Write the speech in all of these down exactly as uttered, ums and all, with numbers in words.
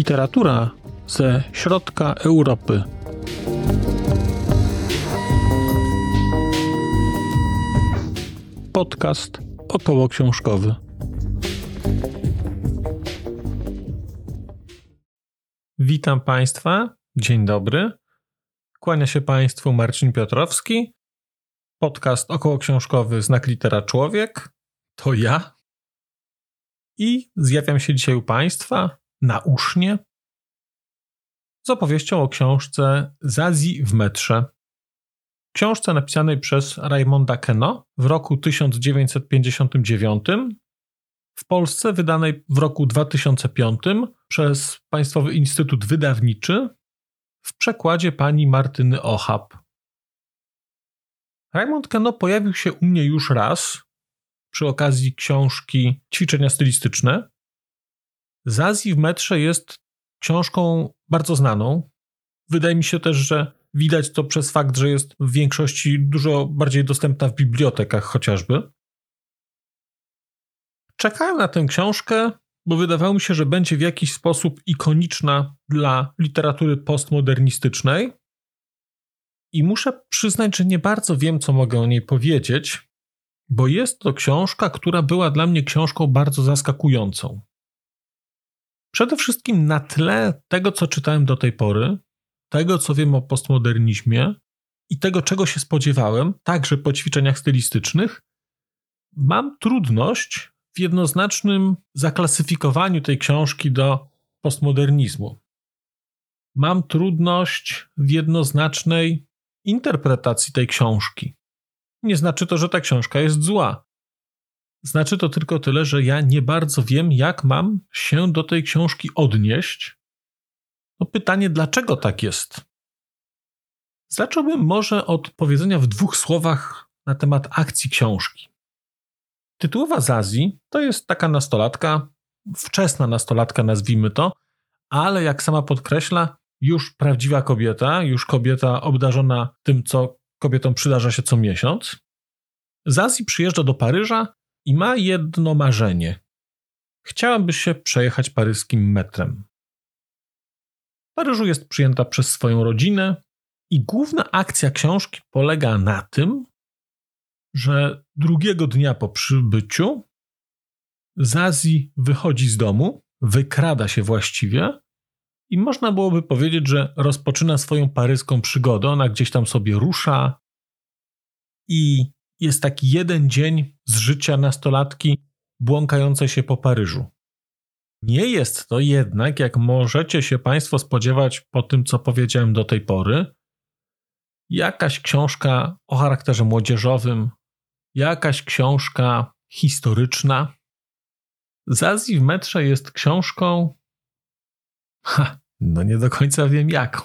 Literatura ze środka Europy. Podcast okołoksiążkowy. Witam Państwa. Dzień dobry. Kłania się Państwu Marcin Piotrowski. Podcast okołoksiążkowy Znak Litera Człowiek. To ja. I zjawiam się dzisiaj u Państwa nausznie z opowieścią o książce Zazie w metrze. Książce napisanej przez Raymonda Queneau w roku tysiąc dziewięćset pięćdziesiątym dziewiątym, w Polsce wydanej w roku dwa tysiące piątym przez Państwowy Instytut Wydawniczy w przekładzie pani Martyny Ochab. Raymond Queneau pojawił się u mnie już raz przy okazji książki Ćwiczenia stylistyczne. Zazie w metrze jest książką bardzo znaną. Wydaje mi się też, że widać to przez fakt, że jest w większości dużo bardziej dostępna w bibliotekach chociażby. Czekałem na tę książkę, bo wydawało mi się, że będzie w jakiś sposób ikoniczna dla literatury postmodernistycznej i muszę przyznać, że nie bardzo wiem, co mogę o niej powiedzieć, bo jest to książka, która była dla mnie książką bardzo zaskakującą. Przede wszystkim na tle tego, co czytałem do tej pory, tego, co wiem o postmodernizmie i tego, czego się spodziewałem, także po ćwiczeniach stylistycznych, mam trudność w jednoznacznym zaklasyfikowaniu tej książki do postmodernizmu. Mam trudność w jednoznacznej interpretacji tej książki. Nie znaczy to, że ta książka jest zła. Znaczy to tylko tyle, że ja nie bardzo wiem, jak mam się do tej książki odnieść. No pytanie, dlaczego tak jest? Zacząłbym może od powiedzenia w dwóch słowach na temat akcji książki. Tytułowa Zazie to jest taka nastolatka, wczesna nastolatka nazwijmy to, ale jak sama podkreśla, już prawdziwa kobieta, już kobieta obdarzona tym, co kobietom przydarza się co miesiąc. Zazie przyjeżdża do Paryża i ma jedno marzenie. Chciałaby się przejechać paryskim metrem. W Paryżu jest przyjęta przez swoją rodzinę i główna akcja książki polega na tym, że drugiego dnia po przybyciu Zazie wychodzi z domu, wykrada się właściwie i można byłoby powiedzieć, że rozpoczyna swoją paryską przygodę. Ona gdzieś tam sobie rusza i jest taki jeden dzień z życia nastolatki błąkającej się po Paryżu. Nie jest to jednak, jak możecie się Państwo spodziewać po tym, co powiedziałem do tej pory, jakaś książka o charakterze młodzieżowym, jakaś książka historyczna. Zazie w metrze jest książką, ha, no nie do końca wiem jaką.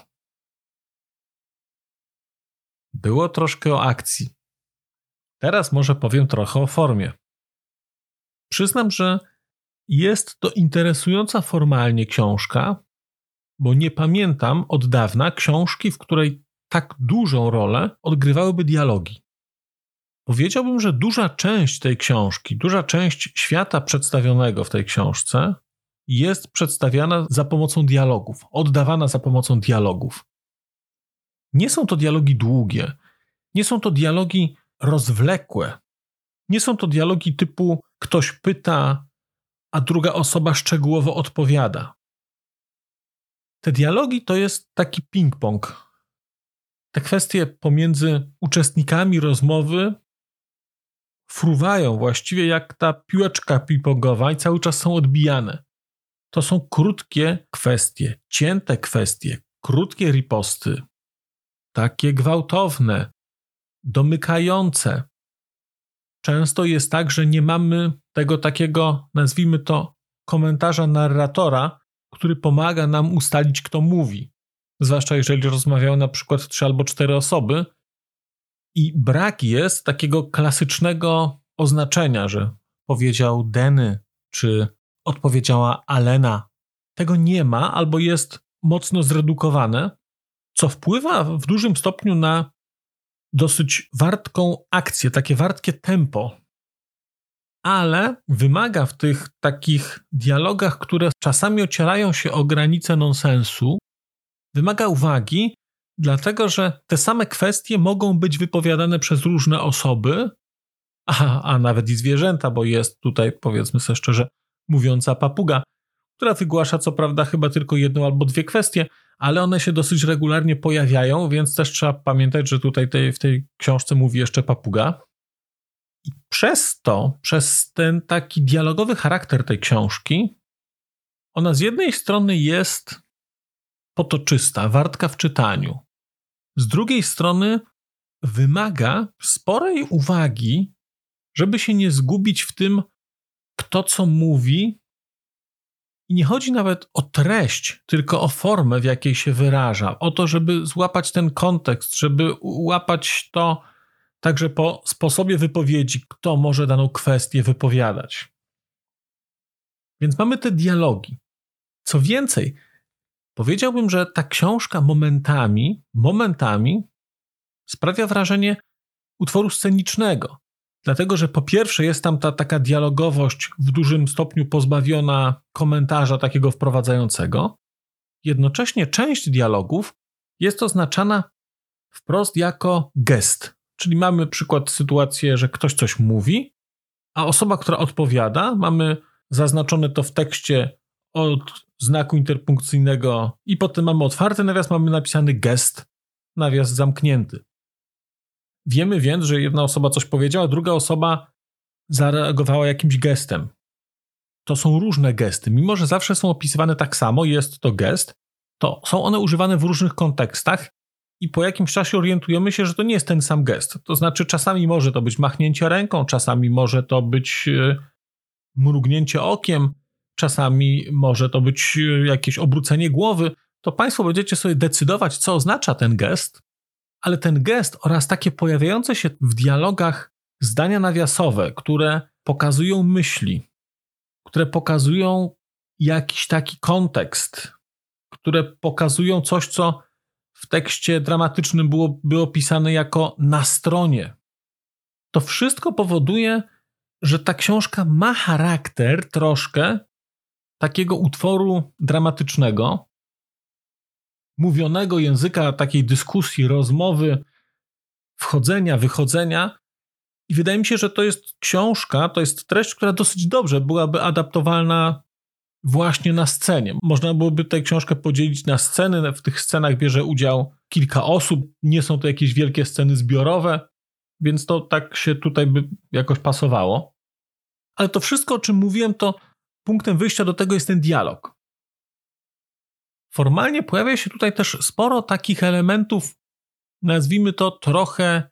Było troszkę o akcji. Teraz może powiem trochę o formie. Przyznam, że jest to interesująca formalnie książka, bo nie pamiętam od dawna książki, w której tak dużą rolę odgrywałyby dialogi. Powiedziałbym, że duża część tej książki, duża część świata przedstawionego w tej książce jest przedstawiana za pomocą dialogów, oddawana za pomocą dialogów. Nie są to dialogi długie, nie są to dialogi rozwlekłe. Nie są to dialogi typu ktoś pyta, a druga osoba szczegółowo odpowiada. Te dialogi to jest taki ping-pong. Te kwestie pomiędzy uczestnikami rozmowy fruwają właściwie jak ta piłeczka ping-pongowa i cały czas są odbijane. To są krótkie kwestie, cięte kwestie, krótkie riposty, takie gwałtowne, domykające. Często jest tak, że nie mamy tego takiego, nazwijmy to, komentarza narratora, który pomaga nam ustalić, kto mówi. Zwłaszcza jeżeli rozmawiają na przykład trzy albo cztery osoby i brak jest takiego klasycznego oznaczenia, że powiedział Denny, czy odpowiedziała Alena. Tego nie ma albo jest mocno zredukowane, co wpływa w dużym stopniu na dosyć wartką akcję, takie wartkie tempo. ale wymaga w tych takich dialogach, które czasami ocierają się o granice nonsensu, wymaga uwagi, dlatego że te same kwestie mogą być wypowiadane przez różne osoby, a, a nawet i zwierzęta, bo jest tutaj, powiedzmy sobie szczerze, mówiąca papuga, która wygłasza co prawda chyba tylko jedną albo dwie kwestie, ale one się dosyć regularnie pojawiają, więc też trzeba pamiętać, że tutaj tej, w tej książce mówi jeszcze papuga. I przez to, przez ten taki dialogowy charakter tej książki, ona z jednej strony jest potoczysta, wartka w czytaniu. Z drugiej strony wymaga sporej uwagi, żeby się nie zgubić w tym, kto co mówi. I nie chodzi nawet o treść, tylko o formę, w jakiej się wyraża. O to, żeby złapać ten kontekst, żeby łapać to także po sposobie wypowiedzi, kto może daną kwestię wypowiadać. Więc mamy te dialogi. Co więcej, powiedziałbym, że ta książka momentami, momentami sprawia wrażenie utworu scenicznego. Dlatego, że po pierwsze jest tam ta taka dialogowość w dużym stopniu pozbawiona komentarza takiego wprowadzającego. Jednocześnie część dialogów jest oznaczana wprost jako gest. Czyli mamy przykład sytuację, że ktoś coś mówi, a osoba, która odpowiada, mamy zaznaczone to w tekście od znaku interpunkcyjnego i potem mamy otwarty nawias, mamy napisany gest, nawias zamknięty. Wiemy więc, że jedna osoba coś powiedziała, druga osoba zareagowała jakimś gestem. To są różne gesty. Mimo że zawsze są opisywane tak samo, jest to gest, to są one używane w różnych kontekstach i po jakimś czasie orientujemy się, że to nie jest ten sam gest. To znaczy czasami może to być machnięcie ręką, czasami może to być mrugnięcie okiem, czasami może to być jakieś obrócenie głowy. To Państwo będziecie sobie decydować, co oznacza ten gest, ale ten gest oraz takie pojawiające się w dialogach zdania nawiasowe, które pokazują myśli, które pokazują jakiś taki kontekst, które pokazują coś, co w tekście dramatycznym byłoby opisane jako na stronie. To wszystko powoduje, że ta książka ma charakter troszkę takiego utworu dramatycznego, mówionego języka, takiej dyskusji, rozmowy, wchodzenia, wychodzenia. I wydaje mi się, że to jest książka, to jest treść, która dosyć dobrze byłaby adaptowalna właśnie na scenie. Można byłoby tę książkę podzielić na sceny. W tych scenach bierze udział kilka osób. Nie są to jakieś wielkie sceny zbiorowe, więc to tak się tutaj by jakoś pasowało. Ale to wszystko, o czym mówiłem, to punktem wyjścia do tego jest ten dialog. Formalnie pojawia się tutaj też sporo takich elementów, nazwijmy to trochę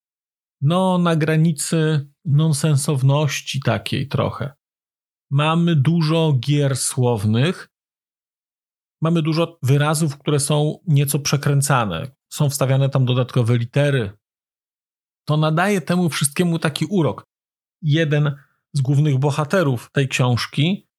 no na granicy nonsensowności takiej trochę. Mamy dużo gier słownych, mamy dużo wyrazów, które są nieco przekręcane, są wstawiane tam dodatkowe litery. To nadaje temu wszystkiemu taki urok. Jeden z głównych bohaterów tej książki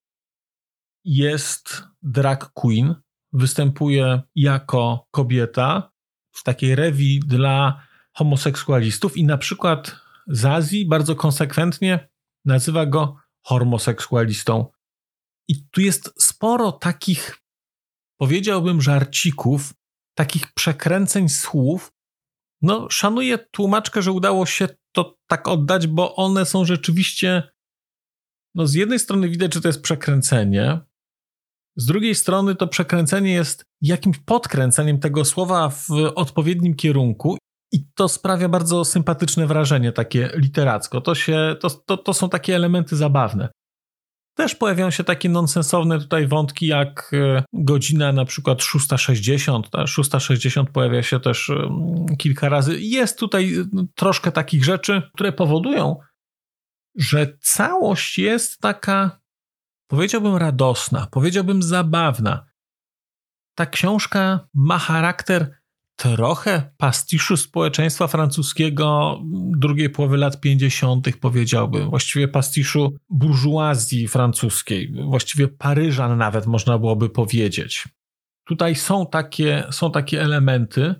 jest drag queen, występuje jako kobieta w takiej rewi dla homoseksualistów i na przykład Zazie bardzo konsekwentnie nazywa go homoseksualistą. I tu jest sporo takich, powiedziałbym, żarcików, takich przekręceń słów. No, szanuję tłumaczkę, że udało się to tak oddać, bo one są rzeczywiście, no z jednej strony widać, że to jest przekręcenie, z drugiej strony to przekręcenie jest jakimś podkręceniem tego słowa w odpowiednim kierunku i to sprawia bardzo sympatyczne wrażenie, takie literacko. To, się, to, to, to są takie elementy zabawne. Też pojawiają się takie nonsensowne tutaj wątki jak godzina na przykład szósta sześćdziesiąt. Ta szósta sześćdziesiąt pojawia się też kilka razy. Jest tutaj troszkę takich rzeczy, które powodują, że całość jest taka, powiedziałbym, radosna, powiedziałbym zabawna. Ta książka ma charakter trochę pastiszu społeczeństwa francuskiego drugiej połowy lat pięćdziesiątych, powiedziałbym. Właściwie pastiszu burżuazji francuskiej, właściwie Paryżan nawet można byłoby powiedzieć. Tutaj są takie, są takie elementy.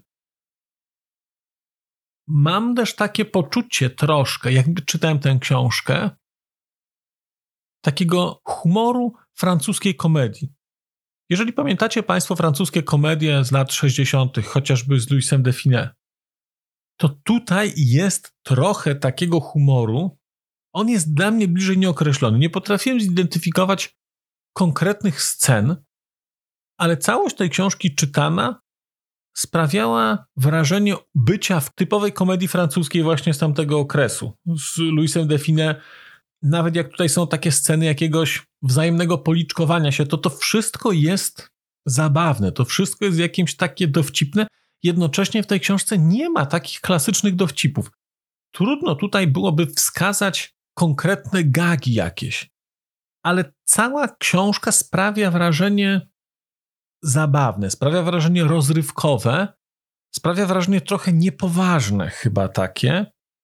Mam też takie poczucie troszkę, jak czytałem tę książkę, takiego humoru francuskiej komedii. Jeżeli pamiętacie Państwo francuskie komedie z lat sześćdziesiątych, chociażby z Louisem de Funès, to tutaj jest trochę takiego humoru. On jest dla mnie bliżej nieokreślony. Nie potrafiłem zidentyfikować konkretnych scen, ale całość tej książki czytana sprawiała wrażenie bycia w typowej komedii francuskiej właśnie z tamtego okresu. Z Louisem de Funès, nawet jak tutaj są takie sceny jakiegoś wzajemnego policzkowania się, to to wszystko jest zabawne, to wszystko jest jakimś takie dowcipne. Jednocześnie w tej książce nie ma takich klasycznych dowcipów. Trudno tutaj byłoby wskazać konkretne gagi jakieś, ale cała książka sprawia wrażenie zabawne, sprawia wrażenie rozrywkowe, sprawia wrażenie trochę niepoważne chyba takie,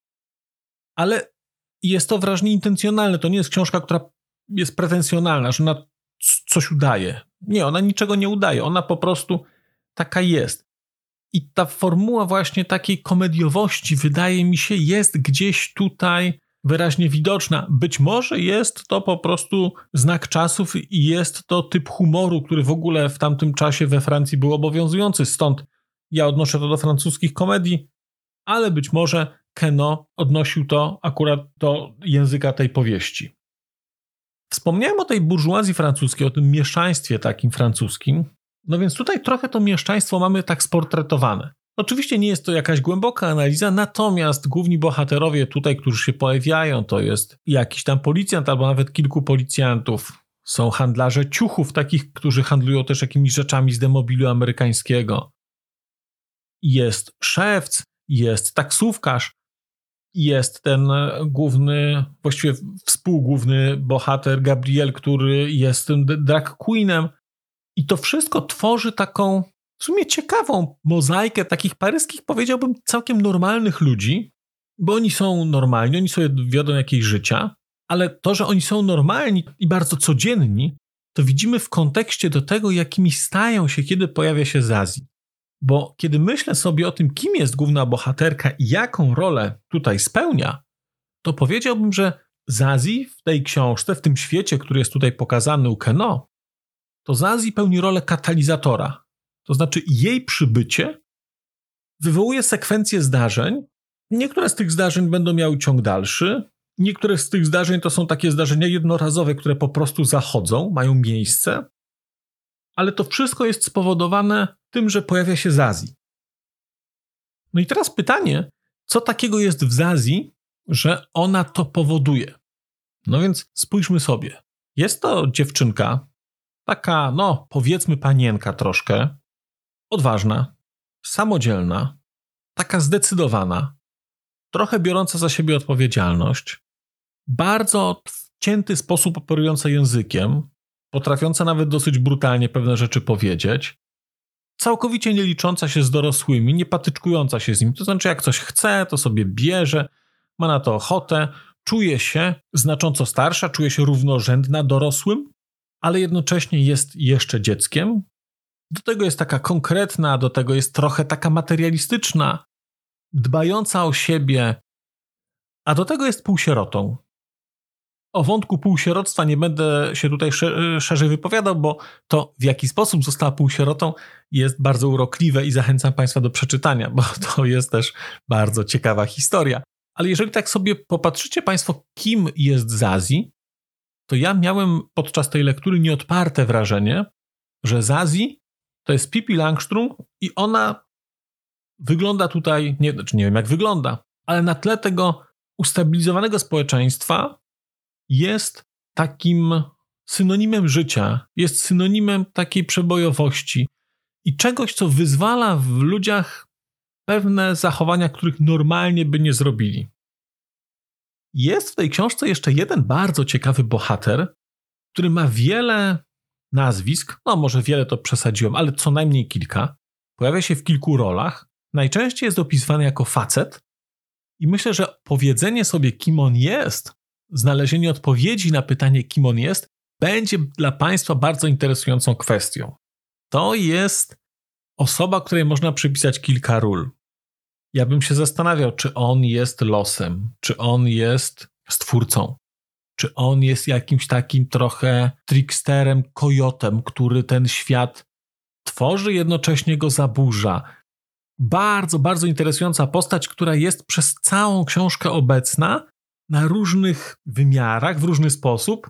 ale jest to wrażenie intencjonalne. To nie jest książka, która jest pretensjonalna, że ona coś udaje. Nie, ona niczego nie udaje. Ona po prostu taka jest. I ta formuła właśnie takiej komediowości, wydaje mi się, jest gdzieś tutaj wyraźnie widoczna. Być może jest to po prostu znak czasów i jest to typ humoru, który w ogóle w tamtym czasie we Francji był obowiązujący. Stąd ja odnoszę to do francuskich komedii, ale być może Queneau odnosił to akurat do języka tej powieści. Wspomniałem o tej burżuazji francuskiej, o tym mieszczaństwie takim francuskim. No więc tutaj trochę to mieszczaństwo mamy tak sportretowane. Oczywiście nie jest to jakaś głęboka analiza, natomiast główni bohaterowie tutaj, którzy się pojawiają, to jest jakiś tam policjant albo nawet kilku policjantów. Są handlarze ciuchów, takich, którzy handlują też jakimiś rzeczami z demobilu amerykańskiego. Jest szewc, jest taksówkarz, jest ten główny, właściwie współgłówny bohater Gabriel, który jest tym drag queenem. I to wszystko tworzy taką w sumie ciekawą mozaikę takich paryskich, powiedziałbym, całkiem normalnych ludzi, bo oni są normalni, oni sobie wiodą jakieś życia, ale to, że oni są normalni i bardzo codzienni, to widzimy w kontekście do tego, jakimi stają się, kiedy pojawia się Zazie. Bo kiedy myślę sobie o tym, kim jest główna bohaterka i jaką rolę tutaj spełnia, to powiedziałbym, że Zazie w tej książce, w tym świecie, który jest tutaj pokazany u Queneau, to Zazie pełni rolę katalizatora. To znaczy jej przybycie wywołuje sekwencję zdarzeń. Niektóre z tych zdarzeń będą miały ciąg dalszy. Niektóre z tych zdarzeń to są takie zdarzenia jednorazowe, które po prostu zachodzą, mają miejsce. Ale to wszystko jest spowodowane tym, że pojawia się Zazie. No i teraz pytanie, co takiego jest w Zazie, że ona to powoduje? No więc spójrzmy sobie. Jest to dziewczynka, taka, no powiedzmy panienka troszkę, odważna, samodzielna, taka zdecydowana, trochę biorąca za siebie odpowiedzialność, bardzo wcięty sposób operująca językiem, potrafiąca nawet dosyć brutalnie pewne rzeczy powiedzieć, całkowicie nie licząca się z dorosłymi, nie patyczkująca się z nimi, to znaczy jak coś chce, to sobie bierze, ma na to ochotę, czuje się znacząco starsza, czuje się równorzędna dorosłym, ale jednocześnie jest jeszcze dzieckiem. Do tego jest taka konkretna, do tego jest trochę taka materialistyczna, dbająca o siebie, a do tego jest półsierotą. O wątku półsieroctwa nie będę się tutaj szerzej wypowiadał, bo to w jaki sposób została półsierotą jest bardzo urokliwe i zachęcam Państwa do przeczytania, bo to jest też bardzo ciekawa historia. Ale jeżeli tak sobie popatrzycie Państwo, kim jest Zazie, to ja miałem podczas tej lektury nieodparte wrażenie, że Zazie to jest Pippi Langström i ona wygląda tutaj, nie, znaczy nie wiem jak wygląda, ale na tle tego ustabilizowanego społeczeństwa jest takim synonimem życia, jest synonimem takiej przebojowości i czegoś, co wyzwala w ludziach pewne zachowania, których normalnie by nie zrobili. Jest w tej książce jeszcze jeden bardzo ciekawy bohater, który ma wiele nazwisk, no może wiele to przesadziłem, ale co najmniej kilka. Pojawia się w kilku rolach. Najczęściej jest opisywany jako facet i myślę, że powiedzenie sobie, kim on jest, znalezienie odpowiedzi na pytanie, kim on jest, będzie dla Państwa bardzo interesującą kwestią. To jest osoba, której można przypisać kilka ról. Ja bym się zastanawiał, czy on jest losem, czy on jest stwórcą, czy on jest jakimś takim trochę tricksterem, kojotem, który ten świat tworzy, jednocześnie go zaburza. Bardzo, bardzo interesująca postać, która jest przez całą książkę obecna na różnych wymiarach, w różny sposób.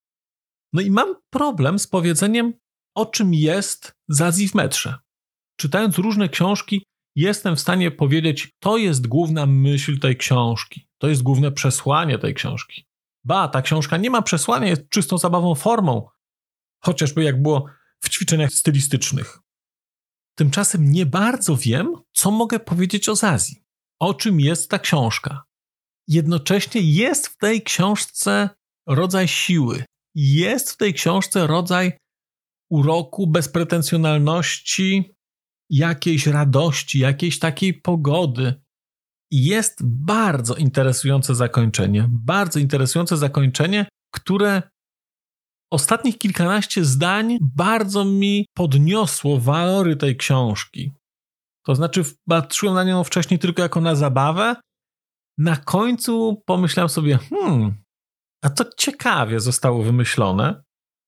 No i mam problem z powiedzeniem, o czym jest Zazie w metrze. Czytając różne książki, jestem w stanie powiedzieć, to jest główna myśl tej książki, to jest główne przesłanie tej książki. Ba, ta książka nie ma przesłania, jest czystą zabawą formą, chociażby jak było w ćwiczeniach stylistycznych. Tymczasem nie bardzo wiem, co mogę powiedzieć o Zazie, o czym jest ta książka. Jednocześnie jest w tej książce rodzaj siły, jest w tej książce rodzaj uroku, bezpretensjonalności, jakiejś radości, jakiejś takiej pogody. I jest bardzo interesujące zakończenie, bardzo interesujące zakończenie, które ostatnich kilkanaście zdań bardzo mi podniosło walory tej książki. To znaczy patrzyłem na nią wcześniej tylko jako na zabawę. Na końcu pomyślałem sobie, hmm, a to ciekawie zostało wymyślone,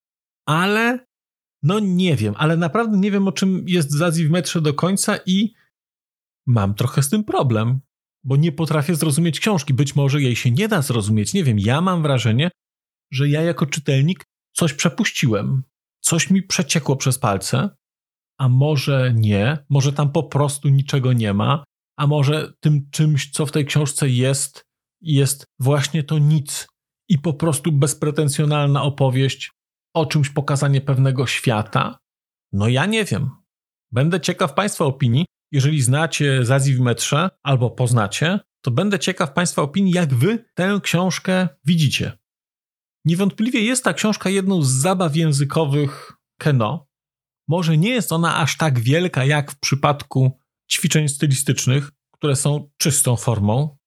ale no nie wiem, ale naprawdę nie wiem, o czym jest Zazie w metrze do końca i mam trochę z tym problem, bo nie potrafię zrozumieć książki. Być może jej się nie da zrozumieć, nie wiem. Ja mam wrażenie, że ja jako czytelnik coś przepuściłem, coś mi przeciekło przez palce, a może nie, może tam po prostu niczego nie ma, a może tym czymś, co w tej książce jest, jest właśnie to nic i po prostu bezpretensjonalna opowieść o czymś, pokazanie pewnego świata. No ja nie wiem. Będę ciekaw Państwa opinii. Jeżeli znacie Zazie w metrze albo poznacie, to będę ciekaw Państwa opinii, jak Wy tę książkę widzicie. Niewątpliwie jest ta książka jedną z zabaw językowych Keno. Może nie jest ona aż tak wielka jak w przypadku ćwiczeń stylistycznych, które są czystą formą.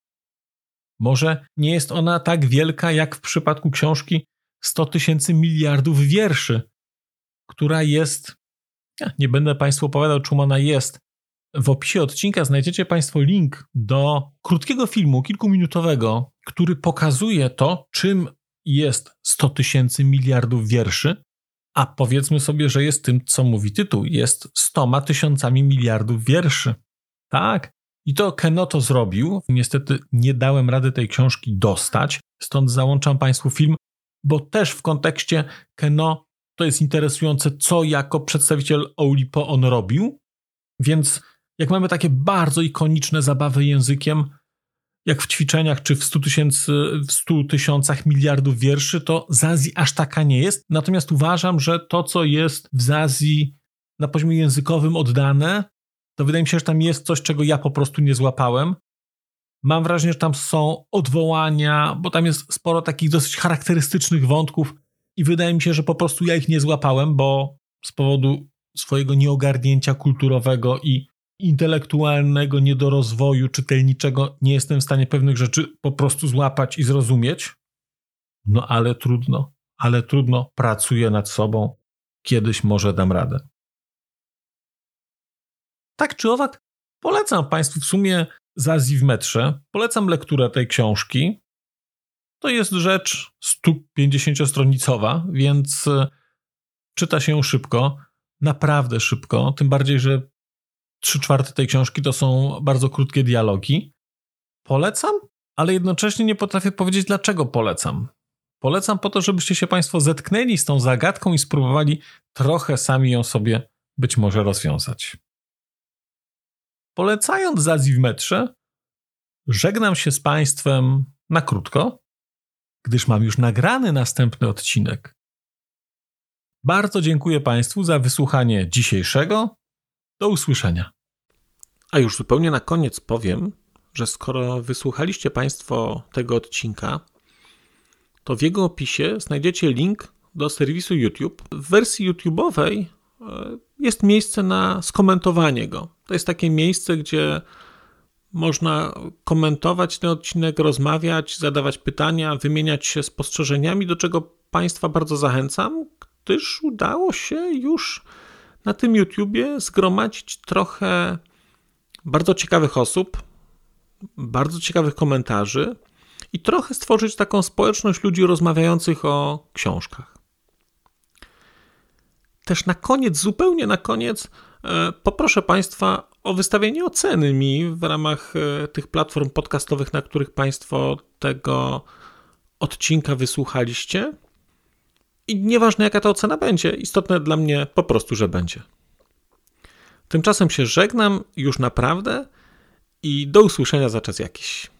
Może nie jest ona tak wielka jak w przypadku książki sto tysięcy miliardów wierszy, która jest, ja nie będę Państwu opowiadał, czym ona jest. W opisie odcinka znajdziecie Państwo link do krótkiego filmu, kilkuminutowego, który pokazuje to, czym jest sto tysięcy miliardów wierszy, a powiedzmy sobie, że jest tym, co mówi tytuł, jest stoma tysiącami miliardów wierszy. Tak, i to Keno to zrobił. Niestety nie dałem rady tej książki dostać, stąd załączam Państwu film, bo też w kontekście Keno to jest interesujące, co jako przedstawiciel Oulipo on robił, więc jak mamy takie bardzo ikoniczne zabawy językiem, jak w ćwiczeniach czy w stu tysięcy, w stu tysiącach miliardów wierszy, to Zazie aż taka nie jest. Natomiast uważam, że to, co jest w Zazie na poziomie językowym oddane, to wydaje mi się, że tam jest coś, czego ja po prostu nie złapałem. Mam wrażenie, że tam są odwołania, bo tam jest sporo takich dosyć charakterystycznych wątków i wydaje mi się, że po prostu ja ich nie złapałem, bo z powodu swojego nieogarnięcia kulturowego i intelektualnego niedorozwoju czytelniczego nie jestem w stanie pewnych rzeczy po prostu złapać i zrozumieć. No ale trudno, ale trudno, pracuję nad sobą. Kiedyś może dam radę. Tak czy owak, polecam Państwu w sumie Zazie w metrze. Polecam lekturę tej książki. To jest rzecz sto pięćdziesięciostronicowa, więc czyta się ją szybko, naprawdę szybko, tym bardziej, że trzy czwarte tej książki to są bardzo krótkie dialogi. Polecam, ale jednocześnie nie potrafię powiedzieć, dlaczego polecam. Polecam po to, żebyście się Państwo zetknęli z tą zagadką i spróbowali trochę sami ją sobie być może rozwiązać. Polecając Zazie w metrze, żegnam się z Państwem na krótko, gdyż mam już nagrany następny odcinek. Bardzo dziękuję Państwu za wysłuchanie dzisiejszego. Do usłyszenia. A już zupełnie na koniec powiem, że skoro wysłuchaliście Państwo tego odcinka, to w jego opisie znajdziecie link do serwisu YouTube. W wersji YouTube'owej jest miejsce na skomentowanie go. To jest takie miejsce, gdzie można komentować ten odcinek, rozmawiać, zadawać pytania, wymieniać się spostrzeżeniami, do czego Państwa bardzo zachęcam, gdyż udało się już na tym YouTubie zgromadzić trochę bardzo ciekawych osób, bardzo ciekawych komentarzy i trochę stworzyć taką społeczność ludzi rozmawiających o książkach. Też na koniec, zupełnie na koniec, poproszę Państwa o wystawienie oceny mi w ramach tych platform podcastowych, na których Państwo tego odcinka wysłuchaliście. I nieważne, jaka ta ocena będzie, istotne dla mnie po prostu, że będzie. Tymczasem się żegnam już naprawdę i do usłyszenia za czas jakiś.